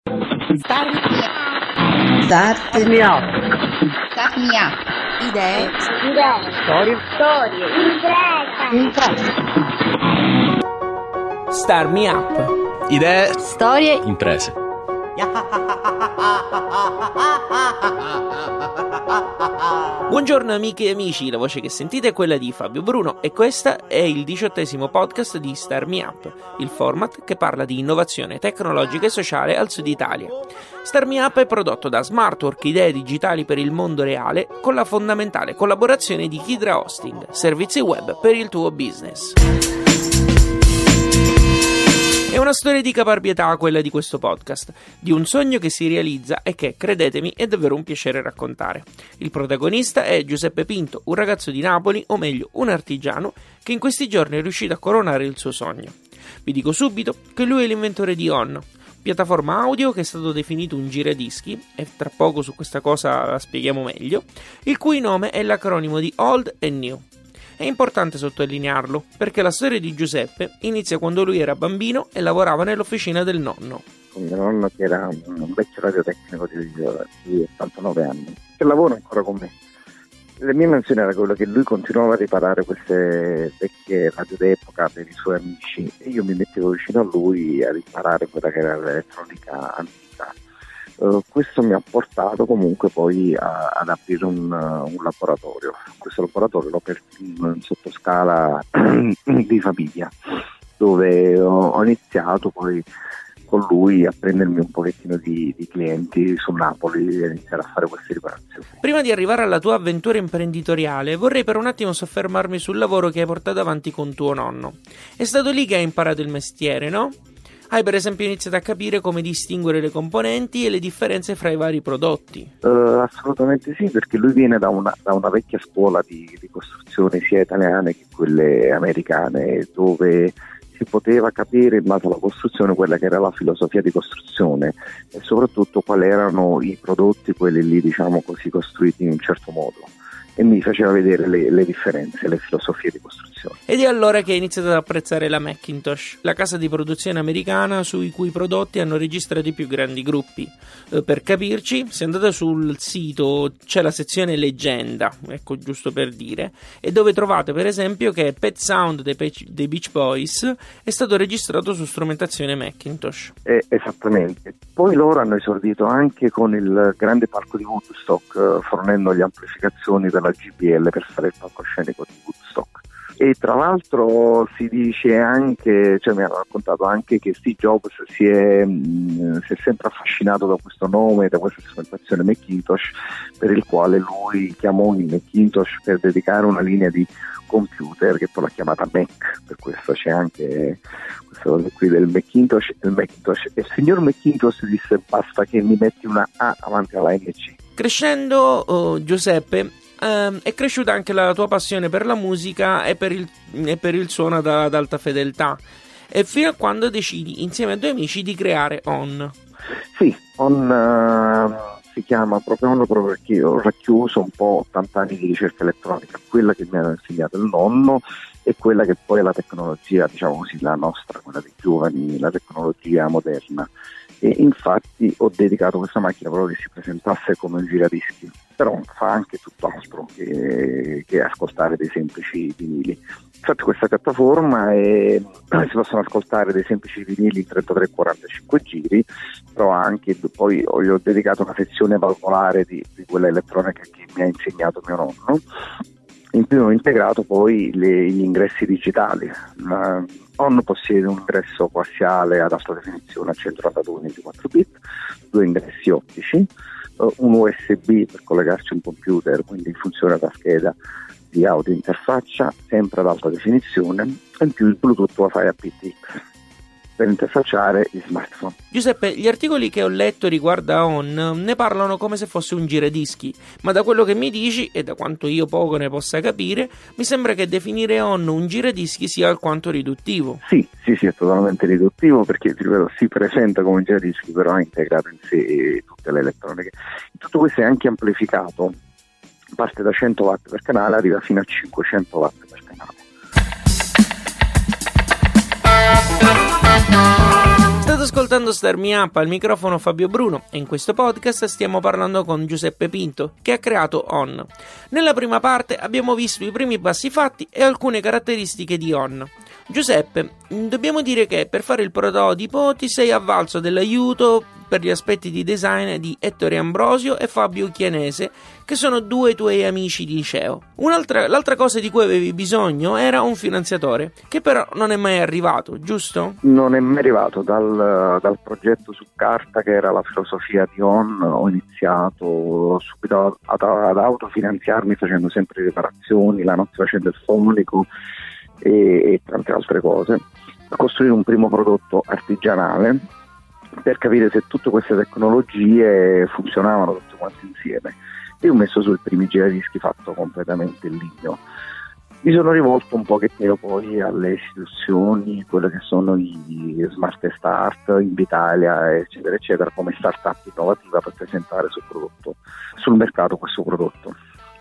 Start me up. Idee. Storie. Imprese. Start me up. Idee. Storie. Imprese. Buongiorno amiche e amici, la voce che sentite è quella di Fabio Bruno e questo è il 18° podcast di Start Me Up, il format che parla di innovazione tecnologica e sociale al sud Italia. Start Me Up è prodotto da Smartwork, idee digitali per il mondo reale, con la fondamentale collaborazione di Hydra Hosting, servizi web per il tuo business. È una storia di caparbietà quella di questo podcast, di un sogno che si realizza e che, credetemi, è davvero un piacere raccontare. Il protagonista è Giuseppe Pinto, un ragazzo di Napoli, o meglio, un artigiano, che in questi giorni è riuscito a coronare il suo sogno. Vi dico subito che lui è l'inventore di On, piattaforma audio che è stato definito un giradischi, e tra poco su questa cosa la spieghiamo meglio, il cui nome è l'acronimo di Old and New. È importante sottolinearlo, perché la storia di Giuseppe inizia quando lui era bambino e lavorava nell'officina del nonno. Mio nonno, che era un vecchio radiotecnico di 89 anni, che lavora ancora con me. La mia mansione era quella che lui continuava a riparare queste vecchie radio d'epoca per i suoi amici e io mi mettevo vicino a lui a riparare quella che era l'elettronica antica. Questo mi ha portato comunque poi ad aprire un laboratorio. Questo laboratorio l'ho aperto in sottoscala di famiglia, dove ho iniziato poi con lui a prendermi un pochettino di clienti su Napoli e iniziare a fare queste riparazioni. Prima di arrivare alla tua avventura imprenditoriale, vorrei per un attimo soffermarmi sul lavoro che hai portato avanti con tuo nonno. È stato lì che hai imparato il mestiere, no? Hai per esempio iniziato a capire come distinguere le componenti e le differenze fra i vari prodotti? Assolutamente sì, perché lui viene da una vecchia scuola di costruzioni sia italiane che quelle americane, dove si poteva capire in base alla costruzione quella che era la filosofia di costruzione e soprattutto quali erano i prodotti, quelli lì diciamo così costruiti in un certo modo. E mi faceva vedere le differenze, le filosofie di costruzione. Ed è allora che hai iniziato ad apprezzare la Macintosh, la casa di produzione americana sui cui prodotti hanno registrato i più grandi gruppi. Per capirci, se andate sul sito c'è la sezione leggenda, ecco giusto per dire, e dove trovate per esempio che Pet Sound dei Beach Boys è stato registrato su strumentazione Macintosh. Esattamente. Poi loro hanno esordito anche con il grande palco di Woodstock, fornendo le amplificazioni per la GPL per fare il palcoscenico di Woodstock. E tra l'altro si dice anche, cioè mi hanno raccontato anche che Steve Jobs si è sempre affascinato da questo nome, da questa strumentazione Macintosh, per il quale lui chiamò il Macintosh per dedicare una linea di computer che poi l'ha chiamata Mac. Per questo c'è anche questa cosa qui del Macintosh e il Macintosh. E il signor Macintosh disse: basta che mi metti una A avanti alla MC. Crescendo, Giuseppe, è cresciuta anche la tua passione per la musica e per il suono ad alta fedeltà, e fino a quando decidi insieme a due amici di creare On. Sì, On si chiama proprio On proprio perché ho racchiuso un po' 80 anni di ricerca elettronica, quella che mi ha insegnato il nonno e quella che poi è la tecnologia, diciamo così, la nostra, quella dei giovani, la tecnologia moderna. E infatti ho dedicato questa macchina proprio che si presentasse come un giradischi, però fa anche tutt'altro che ascoltare dei semplici vinili. Infatti questa piattaforma si possono ascoltare dei semplici vinili in 33-45 giri, però anche poi gli ho dedicato una sezione valvolare di quella elettronica che mi ha insegnato mio nonno. In più ho integrato poi gli ingressi digitali. On possiede un ingresso coassiale ad alta definizione a 192 24 bit, 2 ingressi ottici, un USB per collegarci a un computer, quindi in funzione da scheda di audio interfaccia, sempre ad alta definizione, e in più il Bluetooth Wi-Fi aptX per interfacciare gli smartphone. Giuseppe, gli articoli che ho letto riguardo a On ne parlano come se fosse un giradischi, ma da quello che mi dici e da quanto io poco ne possa capire, mi sembra che definire On un giradischi sia alquanto riduttivo. Sì, è totalmente riduttivo perché, ti ripeto, si presenta come un giradischi, però ha integrato in sé tutte le elettroniche. Tutto questo è anche amplificato, parte da 100 watt per canale, arriva fino a 500 watt per canale. State ascoltando Start Me Up, al microfono Fabio Bruno, e in questo podcast stiamo parlando con Giuseppe Pinto, che ha creato On. Nella prima parte abbiamo visto i primi passi fatti e alcune caratteristiche di On. Giuseppe, dobbiamo dire che per fare il prototipo ti sei avvalso dell'aiuto per gli aspetti di design di Ettore Ambrosio e Fabio Chianese, che sono due tuoi amici di liceo. L'altra cosa di cui avevi bisogno era un finanziatore, che però non è mai arrivato, giusto? Non è mai arrivato. Dal progetto su carta, che era la filosofia di On, ho iniziato subito ad autofinanziarmi facendo sempre riparazioni, la notte facendo il fonico e tante altre cose, a costruire un primo prodotto artigianale per capire se tutte queste tecnologie funzionavano tutte quante insieme, e ho messo su i primi giradischi fatto completamente in legno. Mi sono rivolto un pochettino poi alle istituzioni, quelle che sono i Smart Start, Invitalia, eccetera eccetera, come startup innovativa per presentare sul mercato questo prodotto.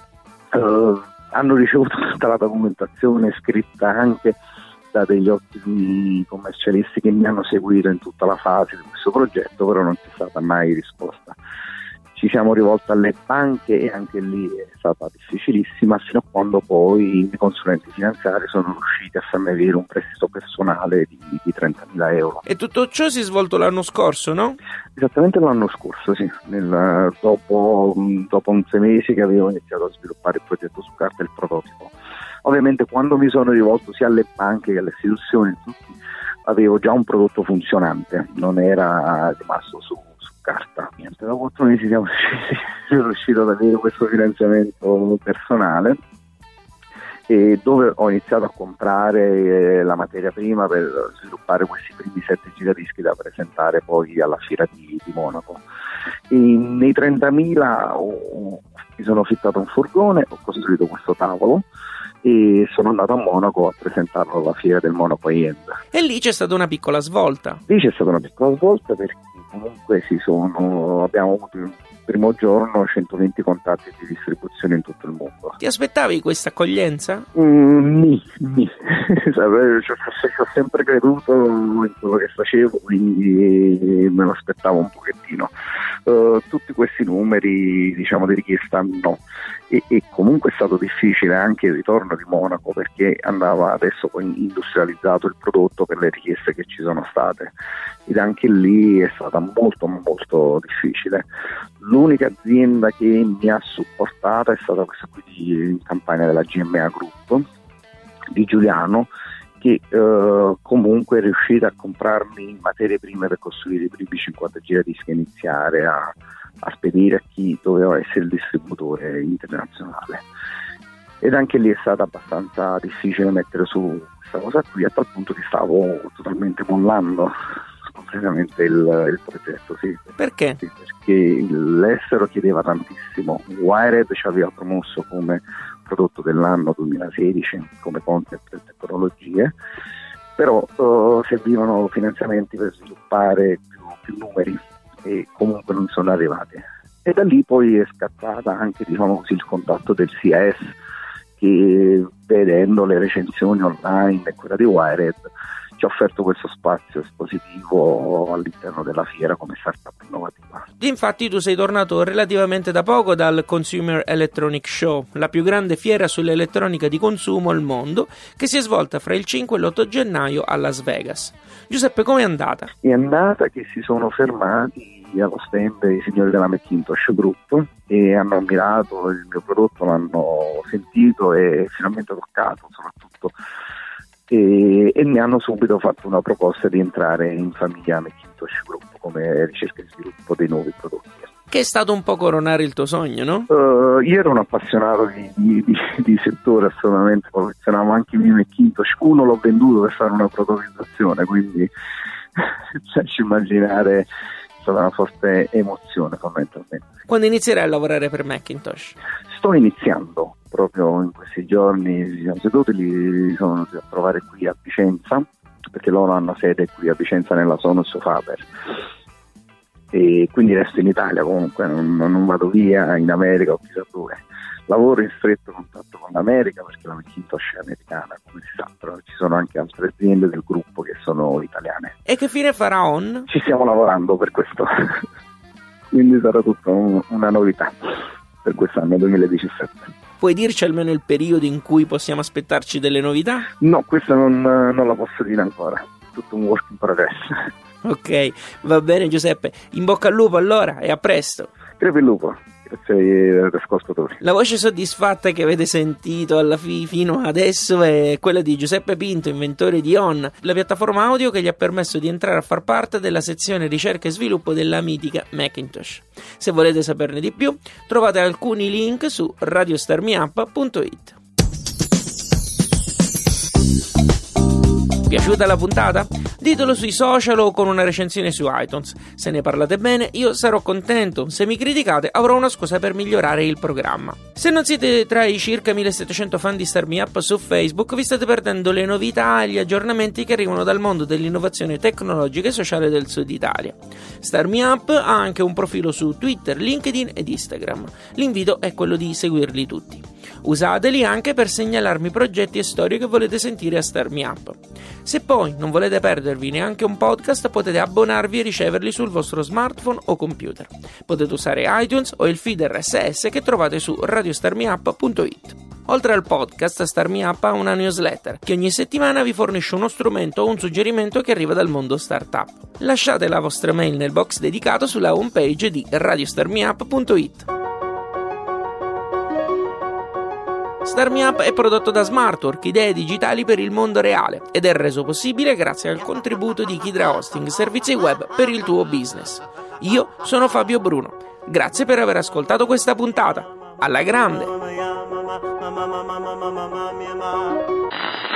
Hanno ricevuto tutta la documentazione scritta anche da degli ottimi commercialisti che mi hanno seguito in tutta la fase di questo progetto, però non c'è stata mai risposta. Ci siamo rivolti alle banche e anche lì è stata difficilissima, fino a quando poi i consulenti finanziari sono riusciti a farmi avere un prestito personale di 30.000 euro. E tutto ciò si è svolto l'anno scorso, no? Esattamente l'anno scorso, sì. Dopo 6 mesi che avevo iniziato a sviluppare il progetto su carta e il prototipo. Ovviamente quando mi sono rivolto sia alle banche che alle istituzioni, avevo già un prodotto funzionante, non era rimasto su carta. Niente, dopo 8 mesi sono riuscito ad avere questo finanziamento personale, e dove ho iniziato a comprare la materia prima per sviluppare questi primi 7 giradischi da presentare poi alla fiera di Monaco. E nei 30.000 mi sono affittato un furgone, ho costruito questo tavolo e sono andato a Monaco a presentarlo alla fiera del Monaco High-End. E lì c'è stata una piccola svolta. Lì c'è stata una piccola svolta perché comunque abbiamo avuto il primo giorno 120 contatti di distribuzione in tutto il mondo. Ti aspettavi questa accoglienza? Nì. Ci ho sempre creduto in quello che facevo, quindi me lo aspettavo un pochettino. Tutti questi numeri, diciamo, di richiesta no. E comunque è stato difficile anche il ritorno di Monaco, perché andava adesso poi industrializzato il prodotto per le richieste che ci sono state, ed anche lì è stata molto molto difficile. L'unica azienda che mi ha supportata è stata questa qui in Campania della GMA Group di Giuliano, che comunque è riuscita a comprarmi materie prime per costruire i primi 50 giradischi e iniziare a spedire a chi doveva essere il distributore internazionale. Ed anche lì è stata abbastanza difficile mettere su questa cosa qui, a tal punto che stavo totalmente mollando completamente il progetto. Sì. Perché? Sì, perché l'estero chiedeva tantissimo. Wired ci aveva promosso come prodotto dell'anno 2016 come concept e tecnologie, però servivano finanziamenti per sviluppare più numeri, e comunque non sono arrivati. E da lì poi è scattata anche, diciamo così, il contatto del CIS, che vedendo le recensioni online e quella di Wired ci ha offerto questo spazio espositivo all'interno della fiera come startup innovativa. Infatti tu sei tornato relativamente da poco dal Consumer Electronic Show, la più grande fiera sull'elettronica di consumo al mondo, che si è svolta fra il 5 e l'8 gennaio a Las Vegas. Giuseppe, com'è andata? È andata che si sono fermati allo stand i signori della Macintosh Group e hanno ammirato il mio prodotto, l'hanno sentito e finalmente toccato soprattutto, e mi hanno subito fatto una proposta di entrare in famiglia Macintosh Group come ricerca e sviluppo dei nuovi prodotti. Che è stato un po' coronare il tuo sogno, no? Io ero un appassionato di settore, assolutamente, collezionavo anche i miei Macintosh. Uno l'ho venduto per fare una prototipizzazione, quindi ci immaginare, è stata una forte emozione fondamentalmente. Quando inizierai a lavorare per Macintosh? Sto iniziando, proprio in questi giorni ci siamo seduti, li sono venuti a trovare qui a Vicenza, perché loro hanno sede qui a Vicenza nella Sonos Faber, e quindi resto in Italia comunque, non vado via in America o chissà dove. lavoro in stretto contatto con l'America perché la Macintosh è americana, come si sa, però ci sono anche altre aziende del gruppo che sono italiane. E che fine farà ON? Ci stiamo lavorando per questo, quindi sarà tutta una novità per quest'anno 2017. Puoi dirci almeno il periodo in cui possiamo aspettarci delle novità? No, questa non la posso dire ancora, tutto un work in progress. Ok, va bene Giuseppe, in bocca al lupo allora e a presto. Crepi il lupo, grazie agli ascoltatori. La voce soddisfatta che avete sentito fino adesso è quella di Giuseppe Pinto, inventore di ON, la piattaforma audio che gli ha permesso di entrare a far parte della sezione ricerca e sviluppo della mitica Macintosh. Se volete saperne di più, trovate alcuni link su radiostarmiup.it. Piaciuta la puntata? Ditelo sui social o con una recensione su iTunes. Se ne parlate bene, io sarò contento. Se mi criticate, avrò una scusa per migliorare il programma. Se non siete tra i circa 1700 fan di Start Me Up su Facebook, vi state perdendo le novità e gli aggiornamenti che arrivano dal mondo dell'innovazione tecnologica e sociale del Sud Italia. Start Me Up ha anche un profilo su Twitter, LinkedIn ed Instagram. L'invito è quello di seguirli tutti. Usateli anche per segnalarmi progetti e storie che volete sentire a Start Me Up. Se poi non volete perdervi neanche un podcast, potete abbonarvi e riceverli sul vostro smartphone o computer. Potete usare iTunes o il feed RSS che trovate su radiostarmiup.it. Oltre al podcast, Start Me Up ha una newsletter che ogni settimana vi fornisce uno strumento o un suggerimento che arriva dal mondo startup. Lasciate la vostra mail nel box dedicato sulla homepage di radiostarmiup.it. Start Me Up è prodotto da Smartwork, idee digitali per il mondo reale, ed è reso possibile grazie al contributo di Kidra Hosting, servizi web per il tuo business. Io sono Fabio Bruno. Grazie per aver ascoltato questa puntata. Alla grande!